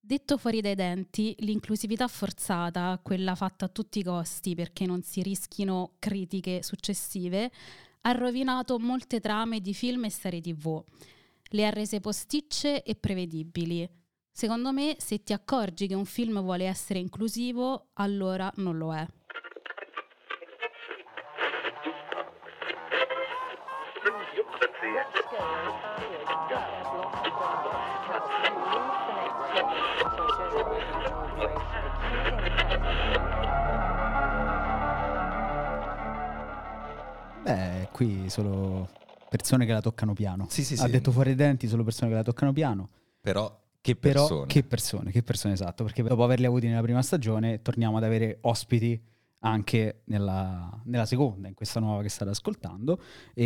Detto fuori dai denti, l'inclusività forzata, quella fatta a tutti i costi perché non si rischino critiche successive, ha rovinato molte trame di film e serie TV. Le ha rese posticce e prevedibili. Secondo me, se ti accorgi che un film vuole essere inclusivo, allora non lo è. Beh, qui solo persone che la toccano piano. Sì. Ha detto fuori dai denti, solo persone che la toccano piano. Però che Però persone. che persone esatto, perché dopo averli avuti nella prima stagione torniamo ad avere ospiti anche nella seconda, in questa nuova che state ascoltando,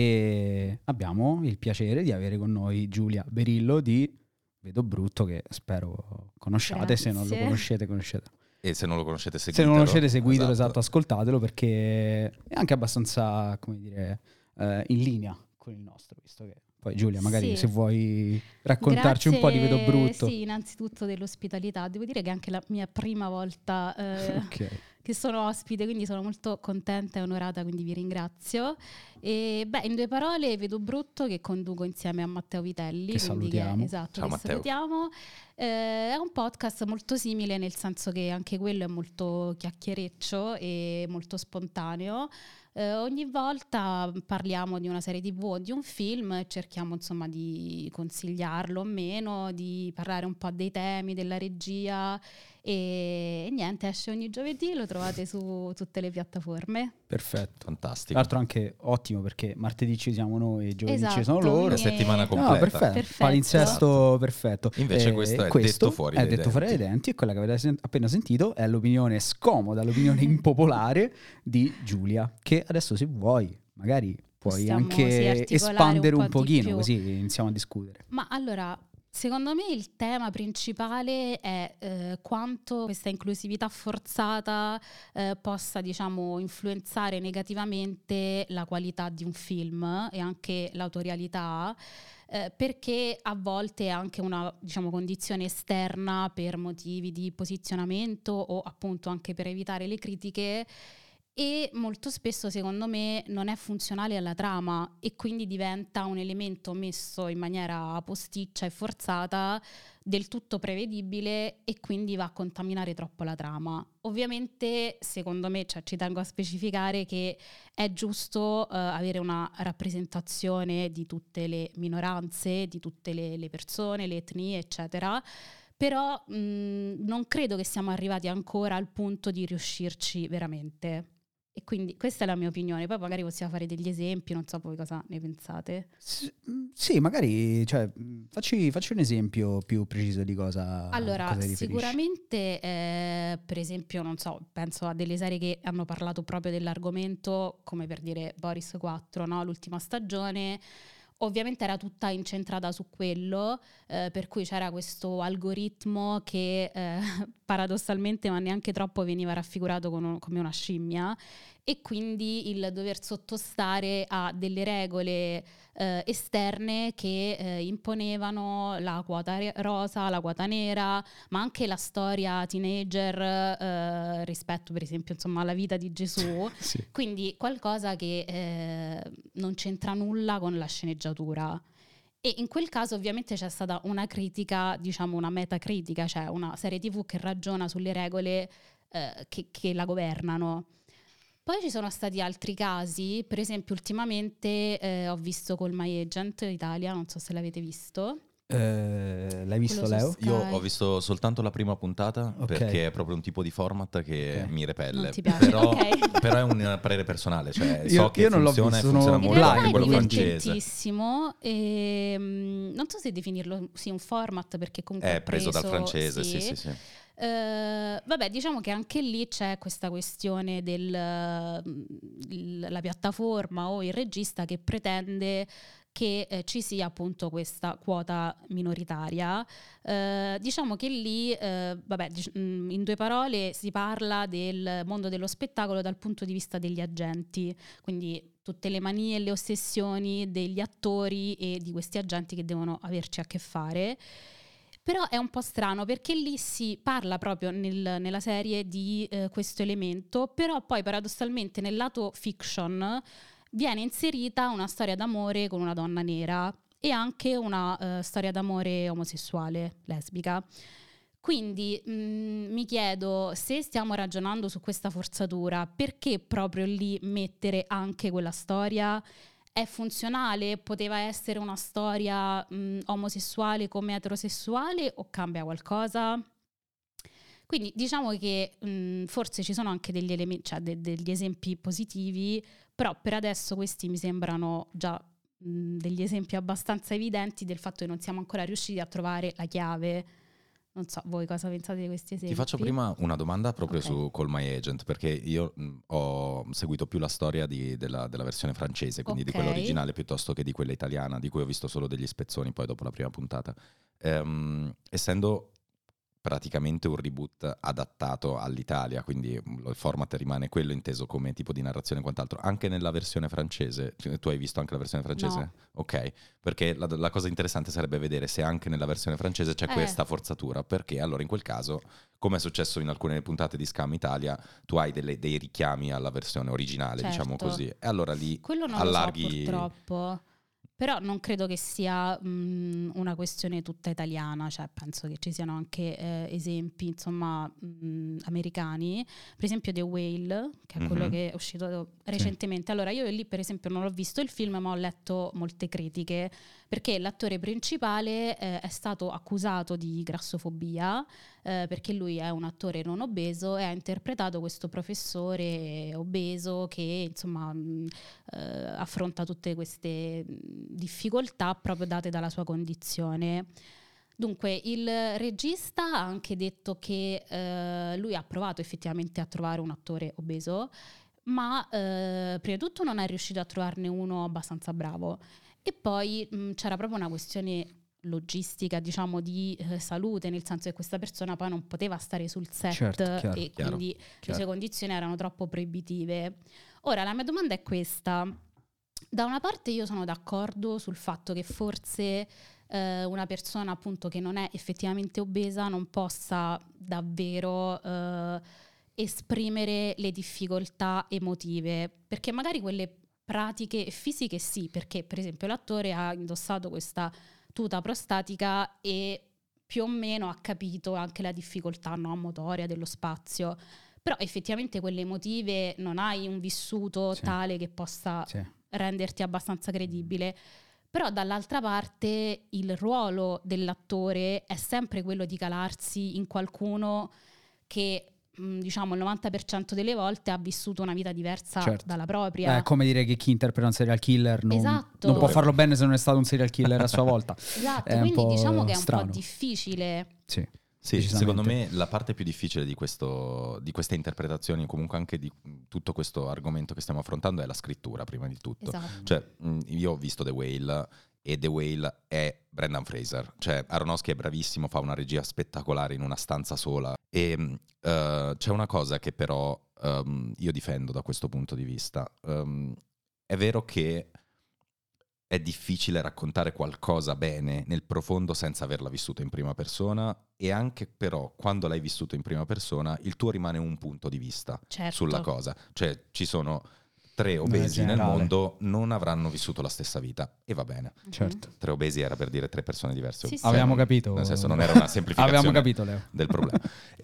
e abbiamo il piacere di avere con noi Giulia Berillo di Vedo Brutto, che spero conosciate. Grazie. Se non lo conoscete. E se non lo conoscete, Se seguitelo. non lo conoscete, seguitelo, esatto, ascoltatelo, perché è anche abbastanza, come dire, in linea con il nostro, visto che poi Giulia, magari Sì. se vuoi raccontarci un po' di Vedo Brutto. Sì, innanzitutto dell'ospitalità. Devo dire che è anche la mia prima volta Ok. che sono ospite, quindi sono molto contenta e onorata, quindi vi ringrazio. E beh, in due parole, Vedo Brutto, che conduco insieme a Matteo Vitelli. Che quindi salutiamo. Esatto, Ciao, che Matteo. salutiamo. È un podcast molto simile, nel senso che anche quello è molto chiacchiereccio e molto spontaneo. Ogni volta parliamo di una serie TV o di un film e cerchiamo insomma di consigliarlo o meno, di parlare un po' dei temi, della regia e niente, esce ogni giovedì, lo trovate su tutte le piattaforme. Perfetto. Fantastico. Tra l'altro anche ottimo, perché martedì ci siamo noi e giovedì ci sono Esatto, loro. Una quindi- settimana No, completa. perfetto. Palinsesto perfetto. Invece questo è detto fuori dai detto fuori dai denti. denti, e quella che avete appena sentito è l'opinione scomoda, l'opinione impopolare di Giulia, che adesso, se vuoi, magari puoi Possiamo, sì, anche articolare espandere un un po' di pochino, più. così iniziamo a discutere. Ma allora, secondo me il tema principale è quanto questa inclusività forzata possa, diciamo, influenzare negativamente la qualità di un film e anche l'autorialità, perché a volte è anche una, diciamo, condizione esterna per motivi di posizionamento o appunto anche per evitare le critiche. E molto spesso, secondo me, non è funzionale alla trama e quindi diventa un elemento messo in maniera posticcia e forzata, del tutto prevedibile, e quindi va a contaminare troppo la trama. Ovviamente, secondo me, cioè, ci tengo a specificare che è giusto avere una rappresentazione di tutte le minoranze, di tutte le persone, le etnie, eccetera. Però non credo che siamo arrivati ancora al punto di riuscirci veramente. E quindi questa è la mia opinione, poi magari possiamo fare degli esempi, non so voi cosa ne pensate. Sì, magari, cioè, facci un esempio più preciso di cosa Allora, ti riferisci. sicuramente, per esempio, non so, penso a delle serie che hanno parlato proprio dell'argomento, come per dire Boris 4, no? L'ultima stagione. Ovviamente era tutta incentrata su quello, per cui c'era questo algoritmo che paradossalmente, ma neanche troppo, veniva raffigurato come una scimmia, e quindi il dover sottostare a delle regole esterne che imponevano la quota rosa, la quota nera, ma anche la storia teenager rispetto per esempio, insomma, alla vita di Gesù. Sì. Quindi qualcosa che non c'entra nulla con la sceneggiatura. E in quel caso ovviamente c'è stata una critica, diciamo una metacritica, cioè una serie TV che ragiona sulle regole che la governano. Poi ci sono stati altri casi, per esempio ultimamente ho visto Call My Agent Italia, non so se l'avete visto. L'hai visto, Quello su Leo? Sky. Io ho visto soltanto la prima puntata, Ok. perché è proprio un tipo di format che Ok. mi repelle. Non ti piace, Però, ok. però è un parere personale, cioè Io so che non l'ho funziona e visto, sono funziona In molto realtà anche è quello blind, francese. divertentissimo e non so se definirlo sì un format, perché comunque È preso dal francese, sì. Vabbè, diciamo che anche lì c'è questa questione della piattaforma o il regista che pretende che ci sia appunto questa quota minoritaria. Diciamo che lì, in due parole, si parla del mondo dello spettacolo dal punto di vista degli agenti, quindi tutte le manie e le ossessioni degli attori e di questi agenti che devono averci a che fare. Però è un po' strano perché lì si parla proprio nella serie di questo elemento, però poi paradossalmente nel lato fiction viene inserita una storia d'amore con una donna nera e anche una storia d'amore omosessuale, lesbica. Quindi mi chiedo, se stiamo ragionando su questa forzatura, perché proprio lì mettere anche quella storia? È funzionale? Poteva essere una storia omosessuale come eterosessuale o cambia qualcosa? Quindi diciamo che forse ci sono anche degli elementi, cioè degli esempi positivi, però per adesso questi mi sembrano già degli esempi abbastanza evidenti del fatto che non siamo ancora riusciti a trovare la chiave. Non so, voi cosa pensate di questi esempi? Ti faccio prima una domanda proprio Ok. su Call My Agent, perché io ho seguito più la storia della versione francese, quindi di quella Ok. originale piuttosto che di quella italiana, di cui ho visto solo degli spezzoni poi dopo la prima puntata. Essendo praticamente un reboot adattato all'Italia, quindi il format rimane quello inteso come tipo di narrazione e quant'altro. Anche nella versione francese, tu hai visto anche la versione francese? No. Ok, perché la cosa interessante sarebbe vedere se anche nella versione francese c'è questa forzatura, perché allora in quel caso, come è successo in alcune puntate di Scam Italia, tu hai dei richiami alla versione originale, diciamo Certo. così, e allora lì Quello non allarghi... lo so purtroppo, però non credo che sia una questione tutta italiana, cioè penso che ci siano anche esempi insomma americani, per esempio The Whale, che è quello Mhm. che è uscito recentemente. Allora io lì per esempio non ho visto il film ma ho letto molte critiche perché l'attore principale è stato accusato di grassofobia perché lui è un attore non obeso e ha interpretato questo professore obeso che insomma affronta tutte queste difficoltà proprio date dalla sua condizione. Dunque, il regista ha anche detto che lui ha provato effettivamente a trovare un attore obeso, ma prima di tutto non è riuscito a trovarne uno abbastanza bravo. E poi c'era proprio una questione logistica, diciamo, di salute, nel senso che questa persona poi non poteva stare sul set Certo, chiaro, e chiaro, quindi le chiaro. sue condizioni erano troppo proibitive. Ora, la mia domanda è questa. Da una parte io sono d'accordo sul fatto che forse una persona appunto che non è effettivamente obesa non possa davvero esprimere le difficoltà emotive, perché magari quelle pratiche e fisiche sì, perché per esempio l'attore ha indossato questa tuta prostatica e più o meno ha capito anche la difficoltà, no, motoria dello spazio, però effettivamente quelle emotive non hai un vissuto Sì. tale che possa Sì. renderti abbastanza credibile. Però dall'altra parte il ruolo dell'attore è sempre quello di calarsi in qualcuno che diciamo il 90% delle volte ha vissuto una vita diversa Certo. dalla propria. È come dire che chi interpreta un serial killer Esatto. non può farlo bene se non è stato un serial killer a sua volta. Esatto, È un quindi po' diciamo che è un strano. po' difficile. Sì, Sì, decisamente. secondo me la parte più difficile di queste interpretazioni, comunque anche di tutto questo argomento che stiamo affrontando, è la scrittura, prima di tutto. Esatto. Cioè, io ho visto The Whale e The Whale è Brendan Fraser. Cioè, Aronofsky è bravissimo, fa una regia spettacolare in una stanza sola. E c'è una cosa che però io difendo da questo punto di vista. È vero che è difficile raccontare qualcosa bene nel profondo senza averla vissuto in prima persona, e anche però quando l'hai vissuto in prima persona il tuo rimane un punto di vista Certo. sulla cosa. Cioè ci sono 3 Non è obesi nel generale. mondo, non avranno vissuto la stessa vita e va bene. Certo. 3 obesi era per dire 3 persone diverse. Sì, sì. Cioè, Avevamo capito. Nel senso non era una semplificazione Avevamo capito, Leo. del problema.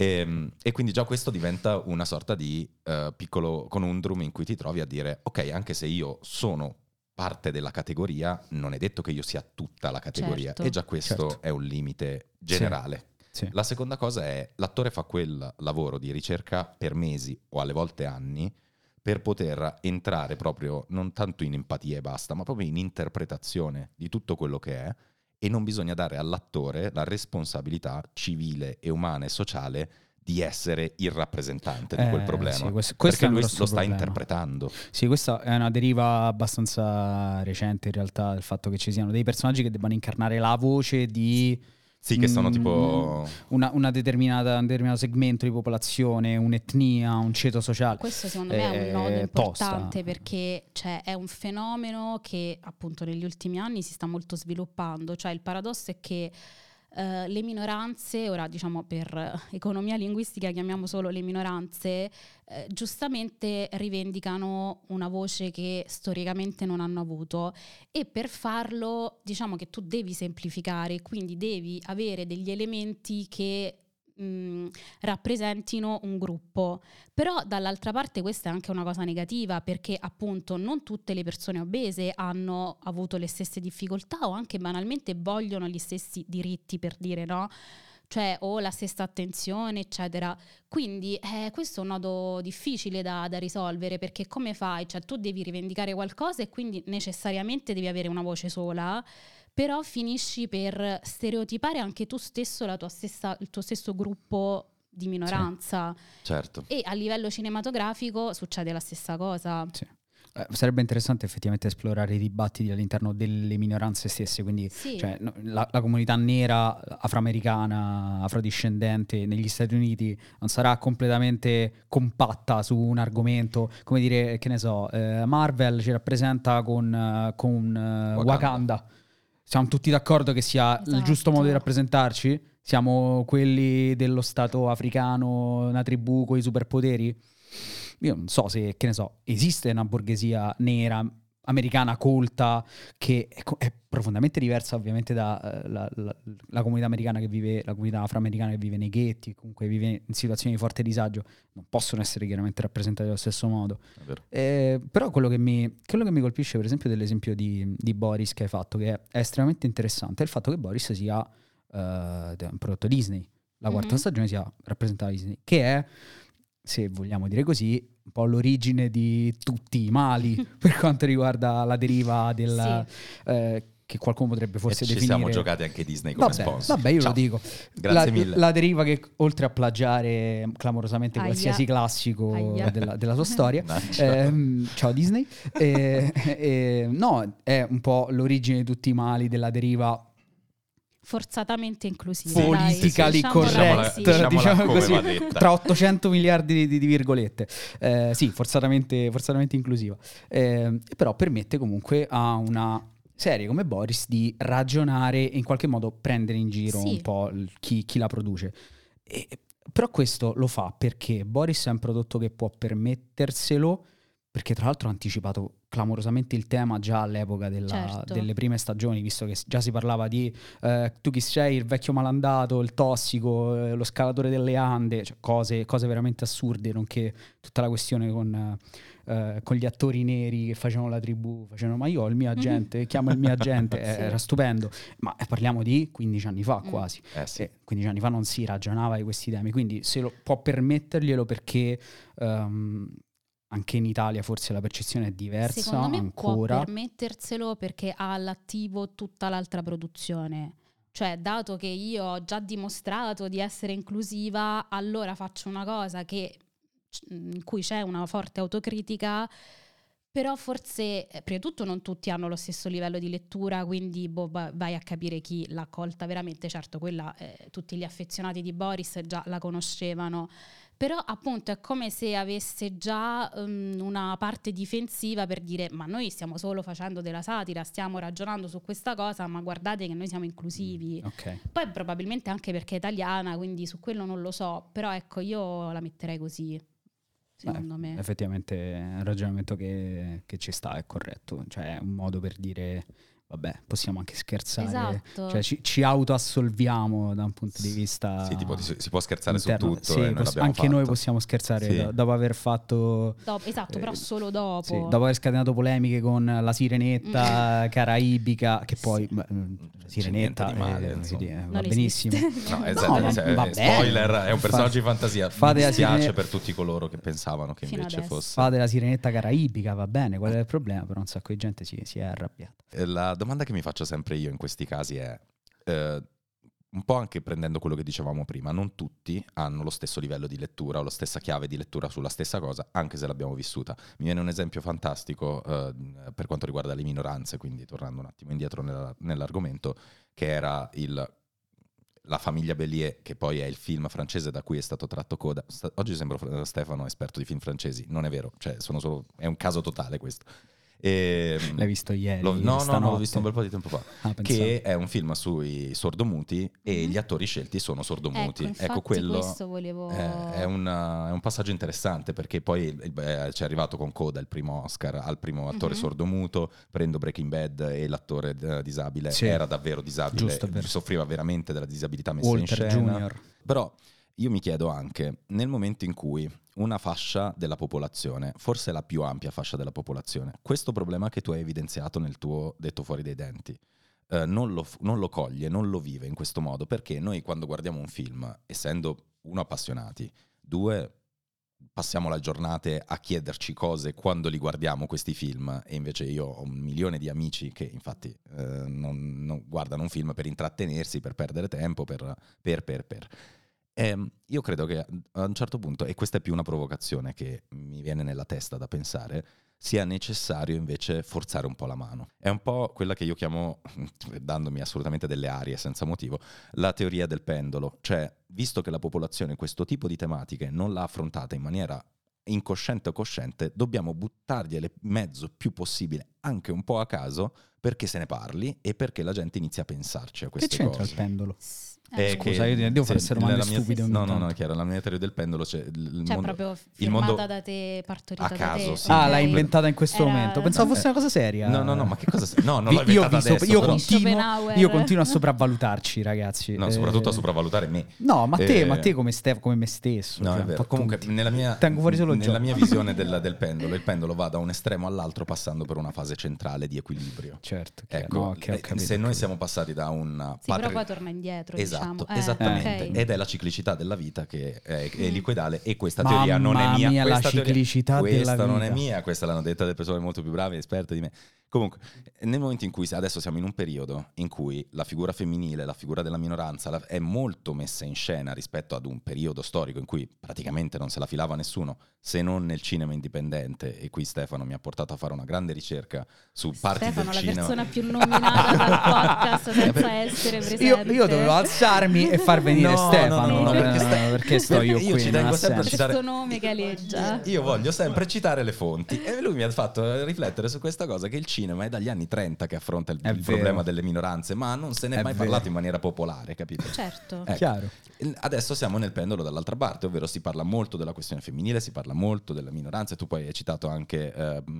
E quindi già questo diventa una sorta di piccolo conundrum in cui ti trovi a dire ok, anche se io sono parte della categoria, non è detto che io sia tutta la categoria. Certo. E già questo Certo. è un limite generale. Sì. La seconda cosa è l'attore fa quel lavoro di ricerca per mesi o alle volte anni per poter entrare proprio non tanto in empatia e basta, ma proprio in interpretazione di tutto quello che è, e non bisogna dare all'attore la responsabilità civile e umana e sociale di essere il rappresentante di quel problema, sì, questo perché è un lui grosso lo sta problema. interpretando. Sì, questa è una deriva abbastanza recente in realtà, del fatto che ci siano dei personaggi che debbano incarnare la voce di Sì, che sono tipo... un determinato segmento di popolazione, un'etnia, un ceto sociale. Questo secondo me è un nodo importante tosta. perché cioè, è un fenomeno che appunto negli ultimi anni si sta molto sviluppando. Cioè il paradosso è che le minoranze, ora diciamo per economia linguistica chiamiamo solo le minoranze, giustamente rivendicano una voce che storicamente non hanno avuto, e per farlo diciamo che tu devi semplificare, quindi devi avere degli elementi che rappresentino un gruppo. Però dall'altra parte questa è anche una cosa negativa, perché appunto non tutte le persone obese hanno avuto le stesse difficoltà o anche banalmente vogliono gli stessi diritti, per dire, no? Cioè, o la stessa attenzione, eccetera. Quindi questo è un nodo difficile da risolvere, perché come fai? Cioè, tu devi rivendicare qualcosa e quindi necessariamente devi avere una voce sola, però finisci per stereotipare anche tu stesso, il tuo stesso gruppo di minoranza. Sì, certo. E a livello cinematografico succede la stessa cosa. Sì. Sarebbe interessante effettivamente esplorare i dibattiti all'interno delle minoranze stesse, quindi Sì. cioè, la comunità nera, afroamericana, afrodiscendente negli Stati Uniti non sarà completamente compatta su un argomento, come dire, che ne so, Marvel ci rappresenta con Wakanda. Siamo tutti d'accordo che sia il giusto modo di rappresentarci? Siamo quelli dello stato africano, una tribù con i superpoteri? Io non so se, che ne so, esiste una borghesia nera, americana, colta, che è profondamente diversa ovviamente da la comunità americana che vive, la comunità afroamericana che vive nei ghetti, comunque vive in situazioni di forte disagio, non possono essere chiaramente rappresentati allo stesso modo. Però quello che mi colpisce, per esempio, dell'esempio di Boris che hai fatto, che è estremamente interessante, è il fatto che Boris sia un prodotto Disney, la quarta stagione sia rappresentata da Disney, che è, se vogliamo dire così, un po' l'origine di tutti i mali per quanto riguarda la deriva del che qualcuno potrebbe forse definire. Ci siamo giocati anche Disney come sponsor. Vabbè, io lo dico. Grazie mille. La deriva che, oltre a plagiare clamorosamente qualsiasi classico della sua storia, ciao Disney, no, è un po' l'origine di tutti i mali della deriva forzatamente inclusiva, politically correct, diciamo così, tra 800 miliardi di virgolette, sì, forzatamente inclusiva, però permette comunque a una serie come Boris di ragionare e in qualche modo prendere in giro un po' chi la produce. Però questo lo fa perché Boris è un prodotto che può permetterselo, perché tra l'altro ha anticipato clamorosamente il tema già all'epoca delle prime stagioni, visto che già si parlava di tu chi sei, il vecchio malandato, il tossico, lo scalatore delle Ande, cioè cose veramente assurde, nonché tutta la questione con gli attori neri che facevano la tribù, facevano ma io ho il mio agente, chiamo il mio agente, era stupendo, ma parliamo di 15 anni fa quasi, 15 anni fa non si ragionava di questi temi, quindi se lo può permetterglielo perché anche in Italia forse la percezione è diversa. Secondo me ancora può permetterselo perché ha all'attivo tutta l'altra produzione. Cioè, dato che io ho già dimostrato di essere inclusiva, allora faccio una cosa in cui c'è una forte autocritica, però forse, prima di tutto, non tutti hanno lo stesso livello di lettura, quindi vai a capire chi l'ha colta veramente. Certo, quella tutti gli affezionati di Boris già la conoscevano, però appunto è come se avesse già una parte difensiva per dire ma noi stiamo solo facendo della satira, stiamo ragionando su questa cosa, ma guardate che noi siamo inclusivi. Poi probabilmente anche perché è italiana, quindi su quello non lo so, però ecco, io la metterei così, secondo me. Effettivamente è un ragionamento che ci sta, è corretto, cioè è un modo per dire vabbè, possiamo anche scherzare, esatto. Cioè ci autoassolviamo da un punto di vista tipo si può scherzare interno. su tutto, Anche noi possiamo scherzare dopo aver fatto però solo dopo dopo aver scatenato polemiche con la sirenetta caraibica, che poi sirenetta va benissimo. Spoiler, è un personaggio di fantasia. Mi dispiace per tutti coloro che pensavano che invece fosse. Fate la sirenetta caraibica, va bene, qual è il problema? Però un sacco di gente si è arrabbiata. La domanda che mi faccio sempre io in questi casi è un po' anche prendendo quello che dicevamo prima, non tutti hanno lo stesso livello di lettura o la stessa chiave di lettura sulla stessa cosa, anche se l'abbiamo vissuta. Mi viene un esempio fantastico per quanto riguarda le minoranze, quindi tornando un attimo indietro nell'argomento, che era La famiglia Bélier, che poi è il film francese da cui è stato tratto Coda. Oggi sembro Stefano esperto di film francesi, non è vero, cioè è un caso totale questo. L'hai visto ieri? No, l'ho stanotte? visto un bel po' di tempo fa. Che è un film sui sordomuti e gli attori scelti sono sordomuti. Ecco, quello questo volevo... è un passaggio interessante, perché poi ci è arrivato con coda il primo Oscar al primo attore sordomuto. Prendo Breaking Bad e l'attore disabile era davvero disabile, soffriva veramente della disabilità messa Walter in scena. Junior. Però io mi chiedo anche, nel momento in cui una fascia della popolazione, forse la più ampia fascia della popolazione, questo problema che tu hai evidenziato nel tuo detto fuori dai denti, non lo coglie, non lo vive in questo modo, perché noi quando guardiamo un film, essendo uno appassionati, due passiamo le giornate a chiederci cose quando li guardiamo questi film, e invece io ho 1 milione di amici che infatti non guardano un film per intrattenersi, per perdere tempo, per. Io credo che a un certo punto, e questa è più una provocazione che mi viene nella testa da pensare, sia necessario invece forzare un po' la mano. È un po' quella che io chiamo, dandomi assolutamente delle arie senza motivo, la teoria del pendolo. Cioè, visto che la popolazione questo tipo di tematiche non l'ha affrontata in maniera incosciente o cosciente, dobbiamo buttargliele in mezzo più possibile, anche un po' a caso, perché se ne parli e perché la gente inizia a pensarci a queste cose. Che c'entra cose. il pendolo? Scusa, io devo fare queste domande stupide. No, è chiaro, la mia teoria del pendolo proprio firmata da te, partorita a caso, da te. sì. L'hai inventata in questo momento. Pensavo fosse una cosa seria. No, ma che cosa? No, non l'ho inventata adesso. Io continuo a sopravvalutarci, ragazzi. No, soprattutto a sopravvalutare me. No, ma te come me stesso. No, è vero. Comunque, nella mia visione del pendolo, il pendolo va da un estremo all'altro passando per una fase centrale di equilibrio. Certo. Ecco, se noi siamo passati da un... però poi torna indietro. Esatto, diciamo. esattamente. Okay. Ed è la ciclicità della vita che è liquidale, e questa teoria non è mia. Mia, la ciclicità questa della non vita. è mia, questa l'hanno detta delle persone molto più brave e esperte di me. Comunque, nel momento in cui adesso siamo in un periodo in cui la figura femminile, la figura della minoranza è molto messa in scena rispetto ad un periodo storico in cui praticamente non se la filava nessuno, se non nel cinema indipendente, e qui Stefano mi ha portato a fare una grande ricerca su parti del cinema. Stefano, la persona più nominata dal podcast senza essere presente. Io dovevo alzarmi e far venire Stefano, no, perché sto io qui. Ci tengo sempre a citare questo nome galeggia. Io voglio sempre citare le fonti, e lui mi ha fatto riflettere su questa cosa, che il cinema è dagli anni 30 che affronta il problema delle minoranze, ma non se ne è mai parlato in maniera popolare, capito? Certo. Ecco. Chiaro. Adesso siamo nel pendolo dall'altra parte, ovvero si parla molto della questione femminile, si parla molto delle minoranze. Tu poi hai citato anche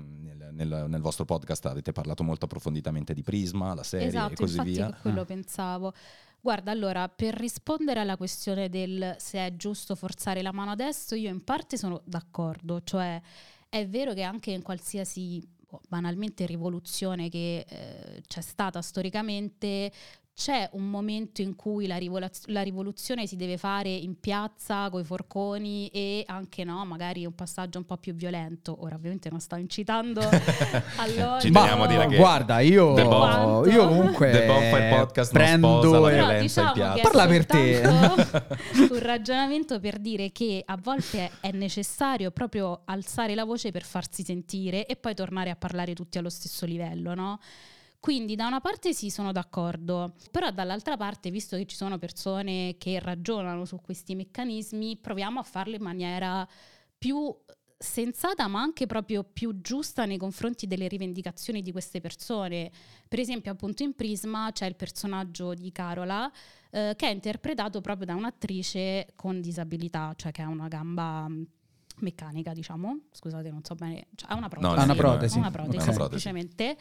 nel vostro podcast, avete parlato molto approfonditamente di Prisma, la serie, esatto, e così infatti via. Quello pensavo. Guarda, allora, per rispondere alla questione del se è giusto forzare la mano adesso, io in parte sono d'accordo, cioè è vero che anche in qualsiasi banalmente rivoluzione che c'è stata storicamente, c'è un momento in cui la rivoluzione si deve fare in piazza coi forconi, e anche magari un passaggio un po' più violento. Ora ovviamente non sto incitando allora, Ci teniamo a dire che guarda, io comunque The Bonfire Podcast prendo non sposa la però violenza in diciamo piazza. Parla per te. Un ragionamento per dire che a volte è necessario proprio alzare la voce per farsi sentire e poi tornare a parlare tutti allo stesso livello, no? Quindi da una parte sì, sono d'accordo, però dall'altra parte, visto che ci sono persone che ragionano su questi meccanismi, proviamo a farlo in maniera più sensata, ma anche proprio più giusta nei confronti delle rivendicazioni di queste persone. Per esempio, appunto, in Prisma c'è il personaggio di Carola, che è interpretato proprio da un'attrice con disabilità, cioè che ha una gamba meccanica, diciamo, scusate, non so bene, cioè, ha una protesi, una protesi, okay. Semplicemente.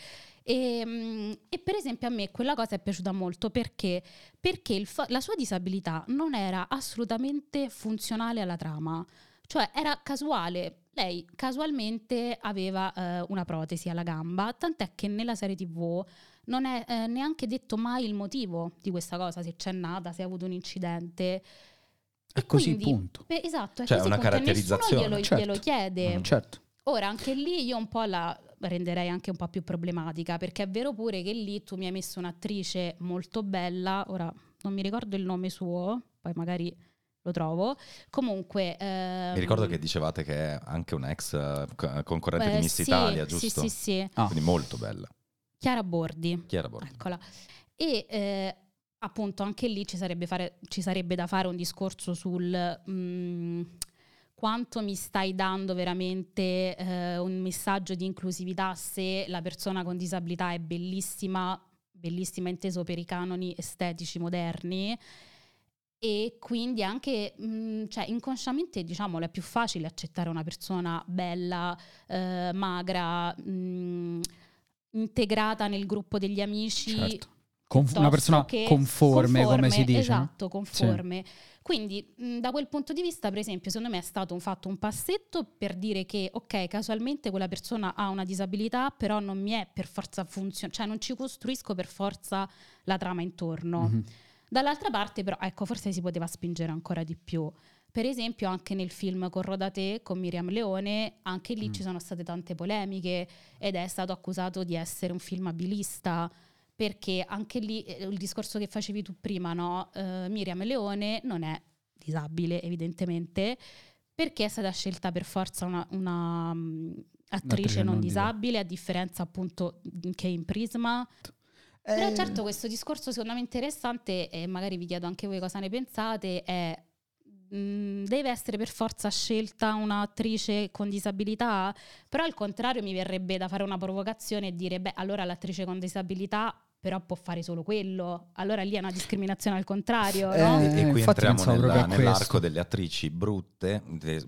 E per esempio a me quella cosa è piaciuta molto perché la sua disabilità non era assolutamente funzionale alla trama, cioè era casuale. Lei casualmente aveva una protesi alla gamba, tant'è che nella serie TV non è neanche detto mai il motivo di questa cosa, se c'è nata, se ha avuto un incidente. È così, quindi, punto. Esatto, è cioè, così, una punto, caratterizzazione. nessuno glielo chiede. Certo. Ora, anche lì io un po' la renderei anche un po' più problematica, perché è vero pure che lì tu mi hai messo un'attrice molto bella, ora non mi ricordo il nome suo, poi magari lo trovo. Comunque mi ricordo che dicevate che è anche un ex concorrente di Miss Italia, giusto? Sì. Quindi molto bella. Chiara Bordi. Eccola. E appunto anche lì ci sarebbe da fare un discorso sul quanto mi stai dando veramente un messaggio di inclusività se la persona con disabilità è bellissima inteso per i canoni estetici moderni, e quindi anche cioè inconsciamente, diciamo, è più facile accettare una persona bella, magra, integrata nel gruppo degli amici. Certo. Una persona conforme, come si dice. Esatto, conforme. Sì. Quindi da quel punto di vista, per esempio, secondo me è stato fatto un passetto per dire che ok, casualmente quella persona ha una disabilità, però non mi è per forza cioè non ci costruisco per forza la trama intorno. Mm-hmm. Dall'altra parte però, ecco, forse si poteva spingere ancora di più. Per esempio anche nel film Corro da te con Miriam Leone, anche lì ci sono state tante polemiche ed è stato accusato di essere un film abilista, perché anche lì il discorso che facevi tu prima, no? Miriam Leone non è disabile evidentemente, perché è stata scelta per forza una attrice non disabile, a differenza appunto che in Prisma. Però certo questo discorso secondo me interessante, e magari vi chiedo anche voi cosa ne pensate, è deve essere per forza scelta un'attrice con disabilità? Però al contrario mi verrebbe da fare una provocazione e dire beh, allora l'attrice con disabilità però può fare solo quello, allora lì è una discriminazione al contrario, no? E qui entriamo nell'arco delle attrici brutte,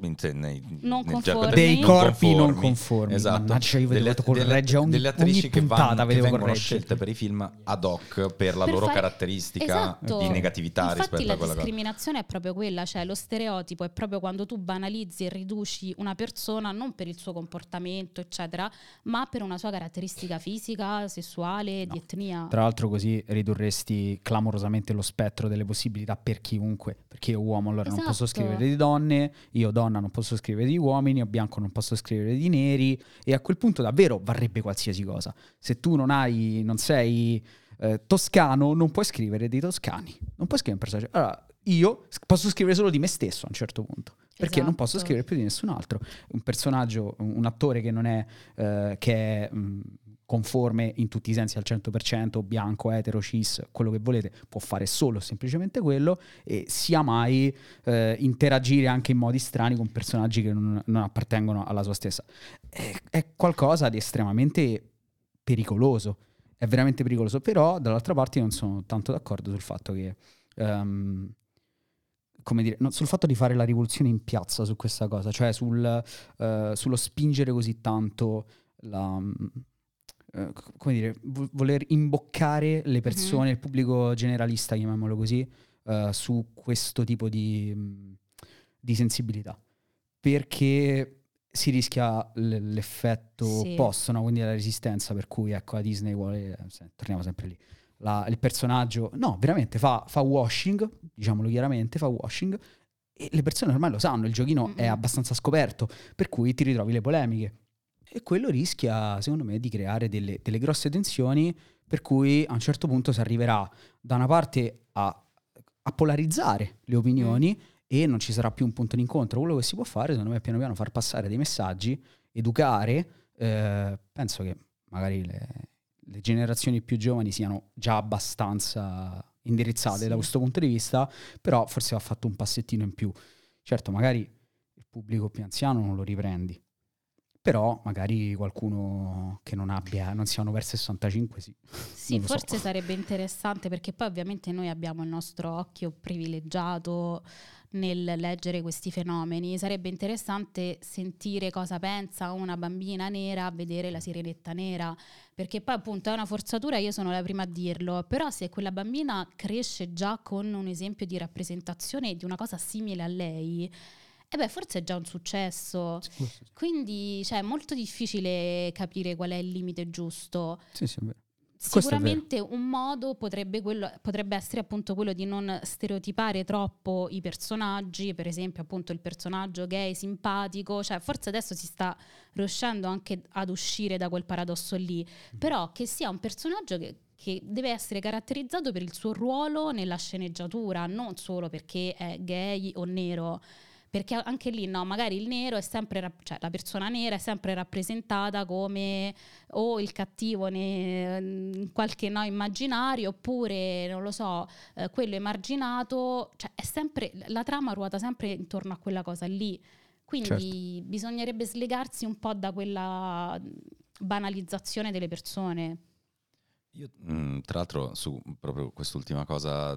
dei corpi non conformi. Esatto. Delle attrici che vengono scelte per i film ad hoc per la loro caratteristica di negatività. Infatti rispetto a quella la discriminazione è proprio quella, cioè lo stereotipo è proprio quando tu banalizzi e riduci una persona non per il suo comportamento eccetera, ma per una sua caratteristica fisica, sessuale, di etnia. Tra l'altro così ridurresti clamorosamente lo spettro delle possibilità per chiunque, perché io uomo allora non posso scrivere di donne, io donna non posso scrivere di uomini, io bianco non posso scrivere di neri, e a quel punto davvero varrebbe qualsiasi cosa. Se tu non sei toscano, non puoi scrivere dei toscani, non puoi scrivere un personaggio. Allora io posso scrivere solo di me stesso a un certo punto, perché non posso scrivere più di nessun altro. Un personaggio, un attore che non è che è conforme in tutti i sensi al 100%, bianco, etero, cis, quello che volete, può fare solo semplicemente quello, e sia mai interagire anche in modi strani con personaggi che non appartengono alla sua stessa. È qualcosa di estremamente pericoloso, è veramente pericoloso. Però dall'altra parte non sono tanto d'accordo sul fatto che sul fatto di fare la rivoluzione in piazza su questa cosa, cioè sullo spingere così tanto voler imboccare le persone, il pubblico generalista, chiamiamolo così, su questo tipo di sensibilità, perché si rischia l'effetto opposto, no? Quindi la resistenza, per cui ecco la Disney vuole, torniamo sempre lì, il personaggio veramente fa washing, diciamolo chiaramente, fa washing, e le persone ormai lo sanno, il giochino è abbastanza scoperto, per cui ti ritrovi le polemiche. E quello rischia, secondo me, di creare delle grosse tensioni, per cui a un certo punto si arriverà da una parte a polarizzare le opinioni e non ci sarà più un punto d'incontro. Quello che si può fare, secondo me, è piano piano far passare dei messaggi, educare. Penso che magari le generazioni più giovani siano già abbastanza indirizzate da questo punto di vista, però forse va fatto un passettino in più. Certo, magari il pubblico più anziano non lo riprendi, però magari qualcuno che non sia over 65 sì, forse sarebbe interessante, perché poi ovviamente noi abbiamo il nostro occhio privilegiato nel leggere questi fenomeni. Sarebbe interessante sentire cosa pensa una bambina nera a vedere La Sirenetta nera, perché poi appunto è una forzatura, io sono la prima a dirlo, però se quella bambina cresce già con un esempio di rappresentazione di una cosa simile a lei, forse è già un successo. Sì. Quindi è molto difficile capire qual è il limite giusto. Sì, è vero. Sicuramente un modo potrebbe essere appunto quello di non stereotipare troppo i personaggi, per esempio appunto il personaggio gay simpatico, forse adesso si sta riuscendo anche ad uscire da quel paradosso lì, però che sia un personaggio che deve essere caratterizzato per il suo ruolo nella sceneggiatura, non solo perché è gay o nero. Perché anche lì magari il nero è sempre, la persona nera è sempre rappresentata come o il cattivo in qualche immaginario, oppure non lo so, quello emarginato, è sempre, la trama ruota sempre intorno a quella cosa lì. Quindi bisognerebbe slegarsi un po' da quella banalizzazione delle persone. Io, tra l'altro, su proprio quest'ultima cosa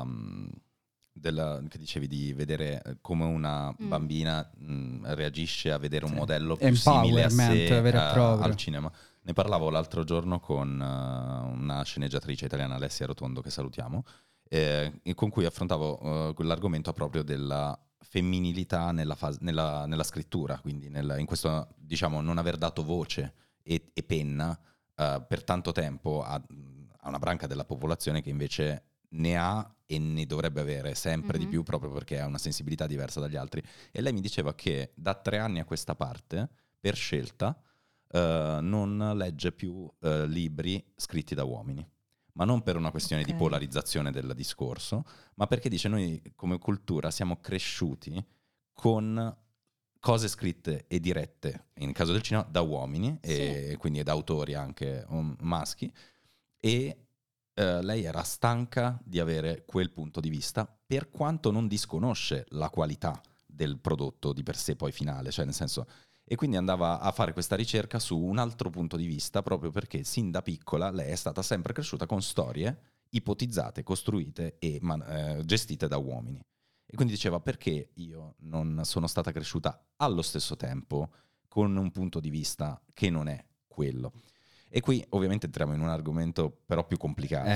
che dicevi di vedere come una bambina reagisce a vedere un modello più simile a sé vero e proprio. al cinema. Ne parlavo l'altro giorno con una sceneggiatrice italiana, Alessia Rotondo, che salutiamo, e con cui affrontavo quell'argomento proprio della femminilità nella scrittura, quindi in questo, diciamo, non aver dato voce e penna per tanto tempo a una branca della popolazione che invece ne ha e ne dovrebbe avere sempre di più, proprio perché ha una sensibilità diversa dagli altri. E lei mi diceva che da 3 anni a questa parte, per scelta, non legge più libri scritti da uomini. Ma non per una questione di polarizzazione del discorso, ma perché dice noi come cultura siamo cresciuti con cose scritte e dirette, in caso del cinema, da uomini, e quindi da autori anche maschi, e lei era stanca di avere quel punto di vista, per quanto non disconosce la qualità del prodotto di per sé poi finale, cioè nel senso... E quindi andava a fare questa ricerca su un altro punto di vista, proprio perché sin da piccola lei è stata sempre cresciuta con storie ipotizzate, costruite e gestite da uomini. E quindi diceva: perché io non sono stata cresciuta allo stesso tempo con un punto di vista che non è quello? E qui ovviamente entriamo in un argomento però più complicato.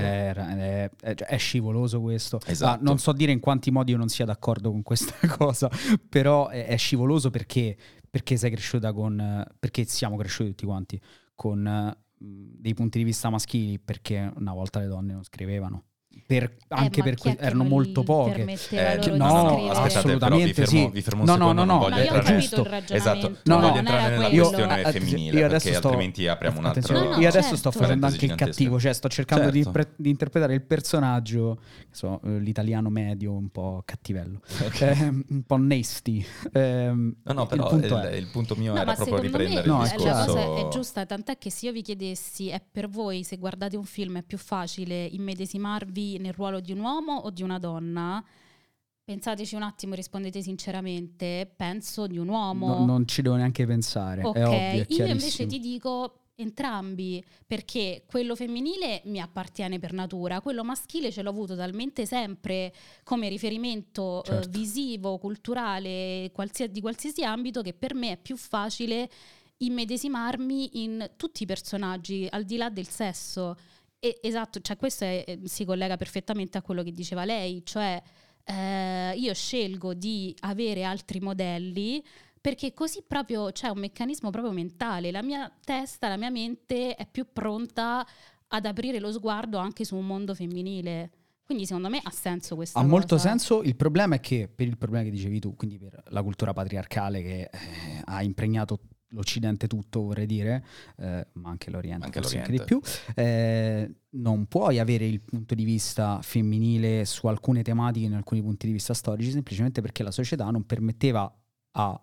È scivoloso questo. Esatto. Non so dire in quanti modi io non sia d'accordo con questa cosa, però è scivoloso perché sei cresciuta perché siamo cresciuti tutti quanti con dei punti di vista maschili, perché una volta le donne non scrivevano. Anche per erano molto poche. No, aspettate, assolutamente però vi fermo un secondo, non voglio io ho entrare capito il ragionamento. Esatto, non voglio entrare nella questione femminile, perché altrimenti apriamo un altro... Io adesso sto facendo anche il cattivo, cioè sto cercando di interpretare il personaggio, l'italiano medio, un po' cattivello, un po' nasty. No, però il punto mio era proprio riprendere il discorso. La cosa è giusta, tant'è che se io vi chiedessi: è per voi, se guardate un film, è più facile immedesimarvi nel ruolo di un uomo o di una donna? Pensateci un attimo, rispondete sinceramente. Penso di un uomo. Non ci devo neanche pensare, è ovvio, è chiarissimo. Io invece ti dico entrambi, perché quello femminile mi appartiene per natura, quello maschile ce l'ho avuto talmente sempre come riferimento visivo, culturale, di qualsiasi ambito, che per me è più facile immedesimarmi in tutti i personaggi, al di là del sesso. Esatto, cioè questo si collega perfettamente a quello che diceva lei, cioè io scelgo di avere altri modelli perché così proprio c'è un meccanismo proprio mentale, la mia testa, la mia mente è più pronta ad aprire lo sguardo anche su un mondo femminile. Quindi secondo me ha senso questa cosa. Ha molto senso. Il problema è che, per il problema che dicevi tu, quindi per la cultura patriarcale che ha impregnato l'Occidente tutto, vorrei dire, ma anche l'Oriente, anche di più, non puoi avere il punto di vista femminile su alcune tematiche, in alcuni punti di vista storici, semplicemente perché la società non permetteva a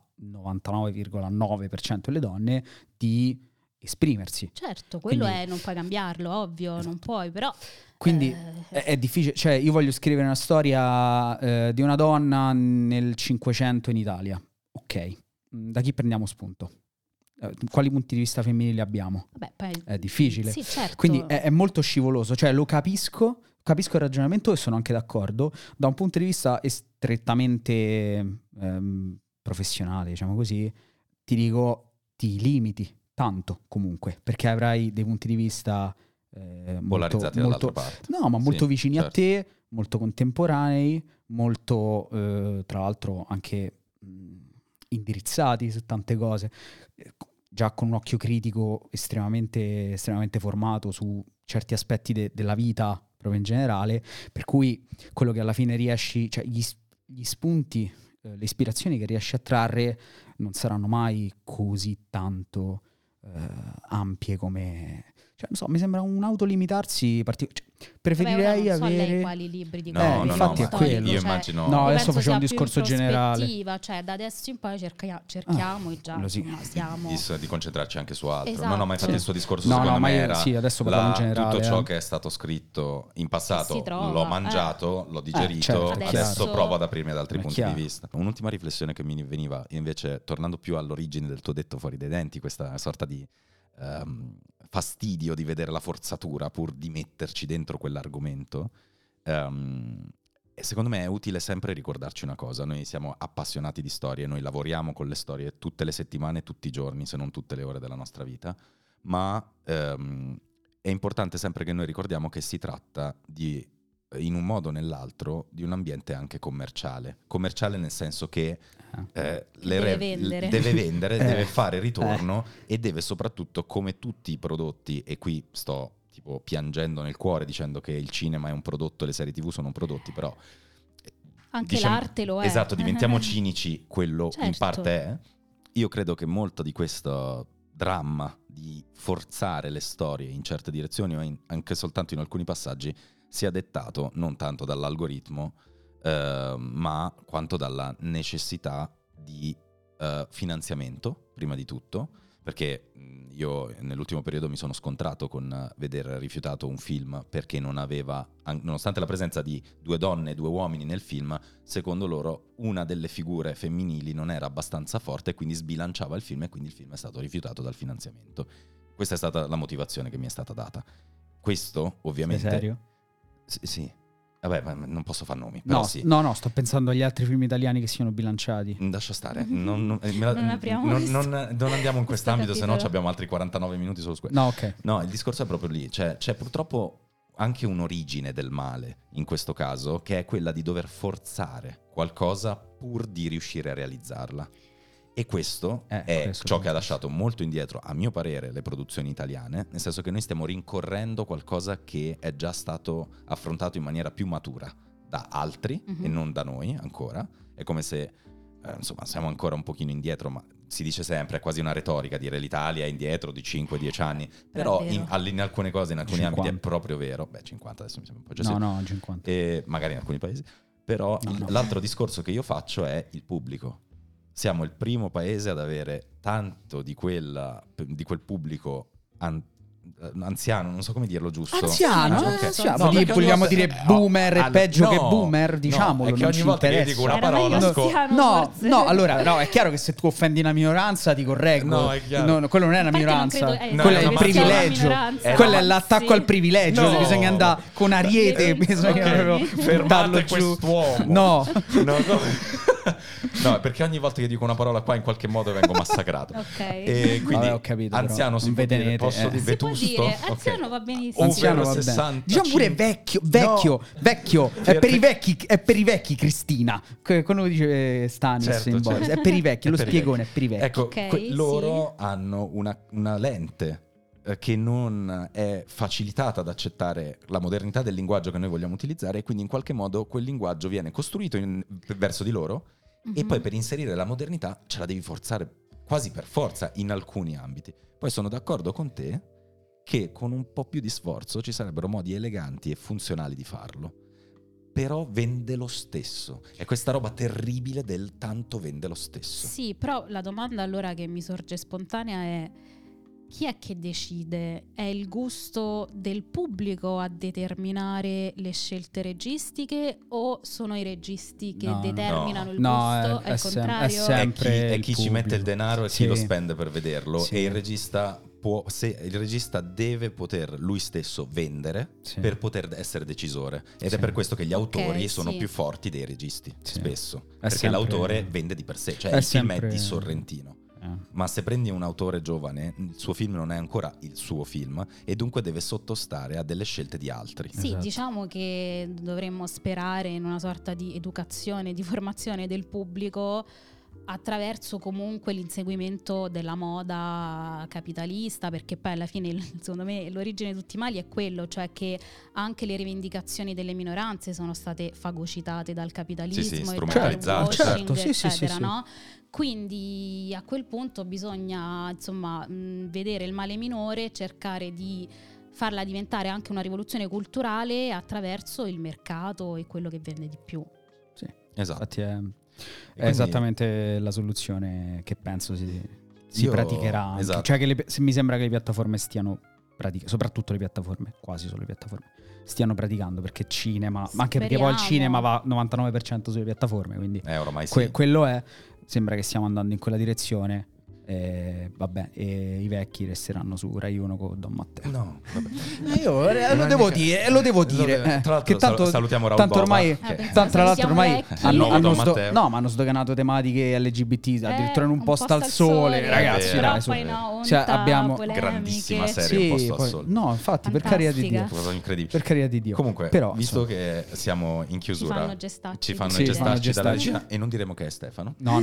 99,9% delle donne di esprimersi. Certo, quello non puoi cambiarlo, ovvio, non puoi, però... Quindi è difficile, cioè io voglio scrivere una storia di una donna nel 500 in Italia, ok, da chi prendiamo spunto? Quali punti di vista femminili abbiamo? Vabbè, poi, è difficile. Sì, certo. Quindi è molto scivoloso, cioè lo capisco il ragionamento e sono anche d'accordo. Da un punto di vista strettamente professionale, diciamo così, ti dico, ti limiti tanto comunque, perché avrai dei punti di vista polarizzati dall'altra parte. No, ma molto vicini a te, molto contemporanei, molto tra l'altro anche indirizzati su tante cose, già con un occhio critico estremamente formato su certi aspetti della vita proprio in generale, per cui quello che alla fine riesci, cioè gli spunti, le ispirazioni che riesci a trarre non saranno mai così tanto ampie come Cioè, non so, mi sembra un autolimitarsi preferirei Vabbè, ora non so avere... lei quali libri di No, infatti è quello. io immagino... No, io adesso penso faccio un sia più in discorso generale. prospettiva, cioè da adesso in poi cerchiamo e già quello sì. insomma, stiamo... di concentrarci anche su altro. Esatto. No, ma infatti il suo discorso No, secondo ma me io- era sì, adesso parliamo in generale, tutto ciò che è stato scritto in passato si trova, l'ho mangiato, l'ho digerito, certo, adesso chiaro. provo ad aprirmi ad altri È punti chiaro. di vista. Un'ultima riflessione che mi veniva invece, tornando più all'origine del tuo detto fuori dai denti, questa sorta di fastidio di vedere la forzatura pur di metterci dentro quell'argomento. E secondo me è utile sempre ricordarci una cosa: noi siamo appassionati di storie, noi lavoriamo con le storie tutte le settimane, tutti i giorni, se non tutte le ore della nostra vita, ma è importante sempre che noi ricordiamo che si tratta di, in un modo o nell'altro, di un ambiente anche commerciale nel senso che deve vendere. deve fare ritorno e deve soprattutto, come tutti i prodotti, e qui sto tipo piangendo nel cuore dicendo che il cinema è un prodotto e le serie TV sono prodotti, però anche l'arte lo è. Esatto, diventiamo cinici, quello in Certo. parte è. Io credo che molto di questo dramma di forzare le storie in certe direzioni o anche soltanto in alcuni passaggi sia dettato non tanto dall'algoritmo ma quanto dalla necessità di finanziamento, prima di tutto, perché io nell'ultimo periodo mi sono scontrato con veder rifiutato un film perché non aveva, nonostante la presenza di 2 donne e 2 uomini nel film, secondo loro una delle figure femminili non era abbastanza forte e quindi sbilanciava il film, e quindi il film è stato rifiutato dal finanziamento. Questa è stata la motivazione che mi è stata data. Questo ovviamente... Sei serio? Sì. Vabbè, ma non posso far nomi, però No, sì. no, sto pensando agli altri film italiani che siano bilanciati. Lascia stare, Non apriamo non andiamo in quest'ambito, se no capitolo. abbiamo altri 49 minuti solo su questo. No, ok. No, il discorso è proprio lì, cioè c'è purtroppo anche un'origine del male in questo caso, che è quella di dover forzare qualcosa pur di riuscire a realizzarla. E questo è questo ciò sì. che ha lasciato molto indietro, a mio parere, le produzioni italiane, nel senso che noi stiamo rincorrendo qualcosa che è già stato affrontato in maniera più matura da altri e non da noi ancora. È come se, insomma, siamo ancora un pochino indietro, ma si dice sempre, è quasi una retorica dire l'Italia è indietro di 5-10 anni, però è vero. in alcune cose, in alcuni ambiti è 50. proprio vero. Beh, 50 adesso mi sembra un po' eccessivo. No, 50. E magari in alcuni paesi. Però l'altro discorso che io faccio è il pubblico. Siamo il primo paese ad avere tanto di quel pubblico anziano, non so come dirlo giusto. Anziano? Ok. Anziano. No, perché ogni Vogliamo volta- dire boomer è peggio no, che boomer? no, Diciamolo, è che non ogni ci volta che io interessa. dico una Era meglio parola anziano, No, forse. no, allora, no, è chiaro che se tu offendi una minoranza ti correggo. No, è chiaro. No, quello non è una A parte non minoranza, credo- no, quello è no, il ma privilegio. una minoranza. Quello è No, l'attacco sì. al privilegio. No. Bisogna andare con ariete, Ok. bisogna Ok, proprio fermate buttarlo giù. quest'uomo. No. No, no, perché ogni volta che dico una parola qua in qualche modo vengo massacrato. Ok. E quindi Vabbè, ho capito, però anziano si non può dire, vedenete, posso dire Si può vetusto? dire, Ok. anziano va benissimo. Anziano Over va bene. 65. Diciamo pure vecchio. È per i vecchi, Cristina. Quello dice Stanis Certo, in Boris. certo. È per i vecchi, È lo per i spiegone è vecchi. per i vecchi. Ecco, Ok, loro hanno una lente che non è facilitata ad accettare la modernità del linguaggio che noi vogliamo utilizzare, e quindi in qualche modo quel linguaggio viene costruito verso di loro, e poi per inserire la modernità ce la devi forzare quasi per forza in alcuni ambiti. Poi sono d'accordo con te che con un po' più di sforzo ci sarebbero modi eleganti e funzionali di farlo, però vende lo stesso. È questa roba terribile del tanto vende lo stesso. Sì, però la domanda allora che mi sorge spontanea è: chi è che decide? È il gusto del pubblico a determinare le scelte registiche, o sono i registi che No, determinano il no, gusto? è È il sem- contrario? è sempre È chi il ci mette il pubblico. denaro e Sì. chi lo spende per vederlo. Sì. E il regista il regista deve poter lui stesso vendere Sì. per poter essere decisore, ed Sì. è per questo che gli autori Ok, sono sì. più forti dei registi, Sì. spesso, È perché sempre- l'autore vende di per sé, cioè è il film è sempre- di Sorrentino. Ma se prendi un autore giovane, il suo film non è ancora il suo film, e dunque deve sottostare a delle scelte di altri. Sì, Esatto. diciamo che dovremmo sperare in una sorta di educazione, di formazione del pubblico attraverso comunque l'inseguimento della moda capitalista, perché poi alla fine secondo me l'origine di tutti i mali è quello, cioè che anche le rivendicazioni delle minoranze sono state fagocitate dal capitalismo Sì, e dal strumentalizzate. washing, Certo, sì, sì, eccetera, sì, sì. no? Quindi a quel punto bisogna insomma vedere il male minore, cercare di farla diventare anche una rivoluzione culturale attraverso il mercato e quello che vende di più. Sì, Esatto. infatti è quindi- esattamente la soluzione che penso si Io- praticherà anche. esatto. Cioè che mi sembra che le piattaforme stiano soprattutto le piattaforme, quasi solo le piattaforme, stiano praticando, perché cinema, ma anche perché poi il Speriamo. cinema va 99% sulle piattaforme, quindi Ormai sì. quello è, sembra che stiamo andando in quella direzione. Vabbè, e i vecchi resteranno su Rai 1 con Don Matteo. No, vabbè. Io Non lo è devo mica- dire, lo devo dire. Tra l'altro che tanto, salutiamo Raul tanto Bova, ormai, che- pensavo tra l'altro siamo ormai vecchi. hanno, Nuovo Don hanno Matteo. no, ma hanno sdoganato tematiche LGBT, addirittura in un posto al sole, sole, ragazzi. vero. però Dai, su. poi no, Cioè, onta, abbiamo polemiche. grandissima serie. Un posto al poi- sole. no, infatti, per carità di Dio. Fantastica. Cosa incredibile. Per carità di Dio. Comunque, però, visto insomma, che siamo in chiusura, Ci fanno gestacci. ci fanno Sì, gestarci fanno dalla gestacci. regia e non diremo che è Stefano. no,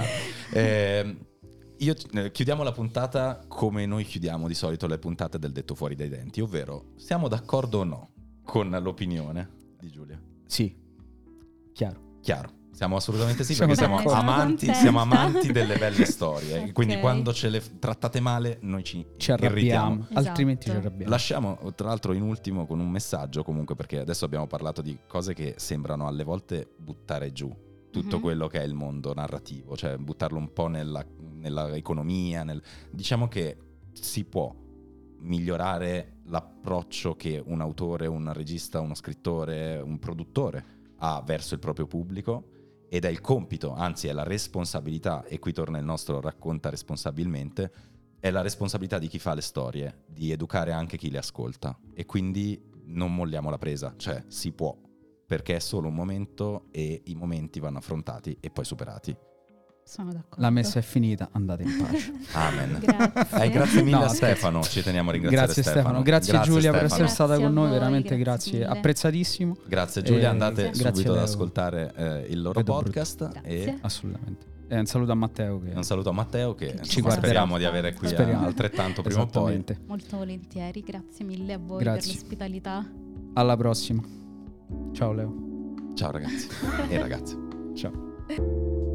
Chiudiamo la puntata come noi chiudiamo di solito le puntate del Detto Fuori dai Denti, ovvero siamo d'accordo o no con l'opinione di Giulia? sì, chiaro. Chiaro, siamo assolutamente sì, Siamo perché d'accordo. siamo amanti delle belle storie, Ok. quindi quando ce le trattate male noi ci irritiamo. Arrabbiamo, Esatto. altrimenti ci arrabbiamo. Lasciamo tra l'altro in ultimo con un messaggio, comunque, perché adesso abbiamo parlato di cose che sembrano alle volte buttare giù tutto Mhm. quello che è il mondo narrativo, cioè buttarlo un po' nella economia, diciamo che si può migliorare l'approccio che un autore, un regista, uno scrittore, un produttore ha verso il proprio pubblico, ed è il compito, anzi è la responsabilità, e qui torna il nostro racconta responsabilmente, è la responsabilità di chi fa le storie, di educare anche chi le ascolta, e quindi non molliamo la presa, cioè si può, perché è solo un momento e i momenti vanno affrontati e poi superati. Sono d'accordo. La messa è finita, andate in pace. Amen. Grazie. Grazie mille No, a scherzo. Stefano, ci teniamo a ringraziare Grazie Stefano, grazie Giulia per essere Stefano. stata Grazie con a noi, voi, veramente grazie grazie, mille. apprezzatissimo. Grazie Giulia, andate Grazie subito ad Leo. ascoltare il loro Vedo podcast brutto. e Grazie. Assolutamente. E un saluto a Matteo che un saluto a Matteo che Ci speriamo guarderà. di avere qui Speriamo. altrettanto prima o poi. Esattamente. Molto volentieri, grazie mille a voi Grazie. per l'ospitalità. Alla prossima. Ciao Leo. Ciao ragazzi e ragazze. Ciao.